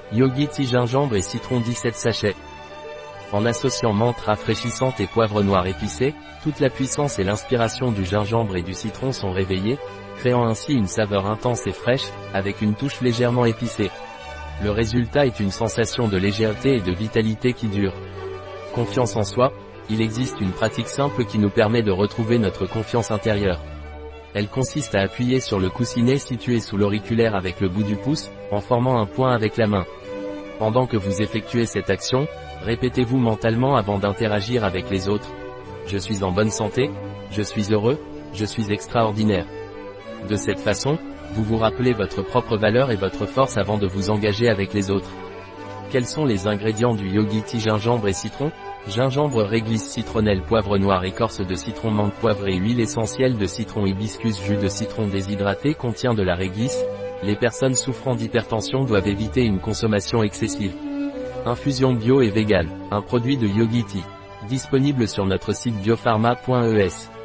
Yogi Tea gingembre et citron 17 sachets. En associant menthe rafraîchissante et poivre noir épicé, toute la puissance et l'inspiration du gingembre et du citron sont réveillées, créant ainsi une saveur intense et fraîche, avec une touche légèrement épicée. Le résultat est une sensation de légèreté et de vitalité qui dure. Confiance en soi, il existe une pratique simple qui nous permet de retrouver notre confiance intérieure. Elle consiste à appuyer sur le coussinet situé sous l'auriculaire avec le bout du pouce, en formant un point avec la main. Pendant que vous effectuez cette action, répétez-vous mentalement avant d'interagir avec les autres. Je suis en bonne santé, je suis heureux, je suis extraordinaire. De cette façon, vous vous rappelez votre propre valeur et votre force avant de vous engager avec les autres. Quels sont les ingrédients du Yogi Tea gingembre et citron? Gingembre, réglisse, citronnelle, poivre noir, écorce de citron, menthe, poivre et huile essentielle de citron, hibiscus, jus de citron déshydraté contient de la réglisse. Les personnes souffrant d'hypertension doivent éviter une consommation excessive. Infusion bio et vegan, un produit de Yogi Tea. Disponible sur notre site biopharma.es.